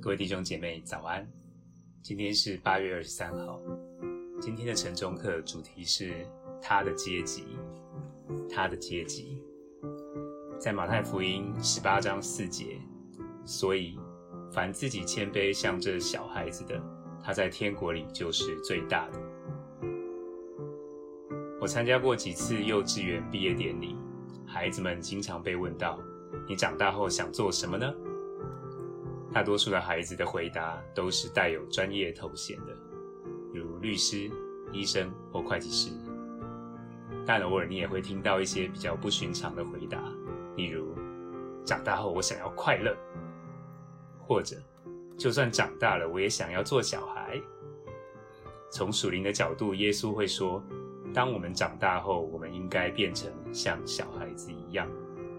各位弟兄姐妹早安，今天是8月23号。今天的晨钟课主题是他的阶级。他的阶级在马太福音18章4节，所以凡自己谦卑像这小孩子的，他在天国里就是最大的。我参加过几次幼稚园毕业典礼，孩子们经常被问到，你长大后想做什么呢？大多数的孩子的回答都是带有专业头衔的，如律师、医生或会计师。但偶尔你也会听到一些比较不寻常的回答，例如长大后我想要快乐，或者就算长大了我也想要做小孩。从属灵的角度，耶稣会说，当我们长大后，我们应该变成像小孩子一样。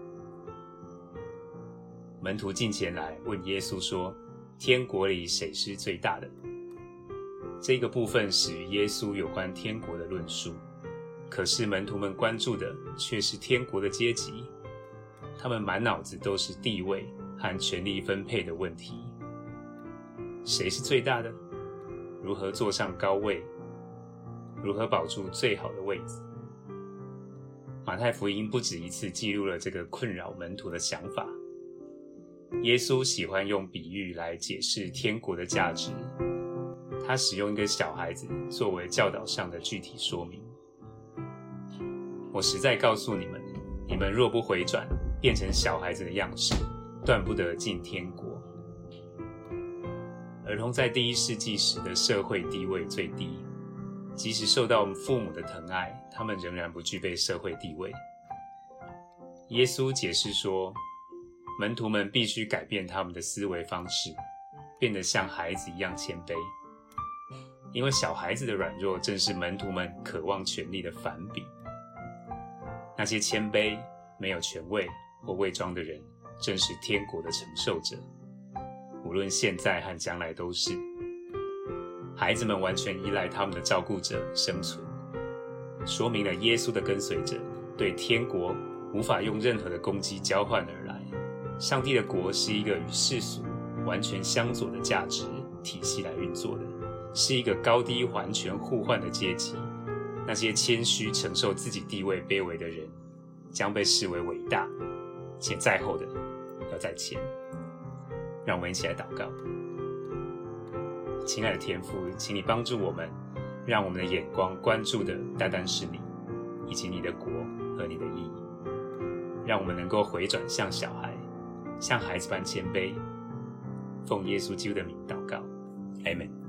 门徒近前来问耶稣说，天国里谁是最大的？这个部分始于耶稣有关天国的论述，可是门徒们关注的却是天国的阶级，他们满脑子都是地位和权力分配的问题。谁是最大的？如何坐上高位？如何保住最好的位置？马太福音不止一次记录了这个困扰门徒的想法。耶稣喜欢用比喻来解释天国的价值，他使用一个小孩子作为教导上的具体说明。我实在告诉你们，你们若不回转，变成小孩子的样式，断不得进天国。儿童在第一世纪时的社会地位最低，即使受到父母的疼爱，他们仍然不具备社会地位。耶稣解释说，门徒们必须改变他们的思维方式，变得像孩子一样谦卑，因为小孩子的软弱正是门徒们渴望权力的反比。那些谦卑、没有权位或伪装的人，正是天国的承受者，无论现在和将来都是。孩子们完全依赖他们的照顾者生存，说明了耶稣的跟随者对天国无法用任何的攻击交换而来。上帝的国是一个与世俗完全相左的价值体系来运作的，是一个高低完全互换的阶级。那些谦虚承受自己地位卑微的人，将被视为伟大，且在后的要在前。让我们一起来祷告。亲爱的天父，请你帮助我们，让我们的眼光关注的单单是你，以及你的国和你的义，让我们能够回转向小孩，像孩子般谦卑。奉耶稣基督的名祷告，阿们。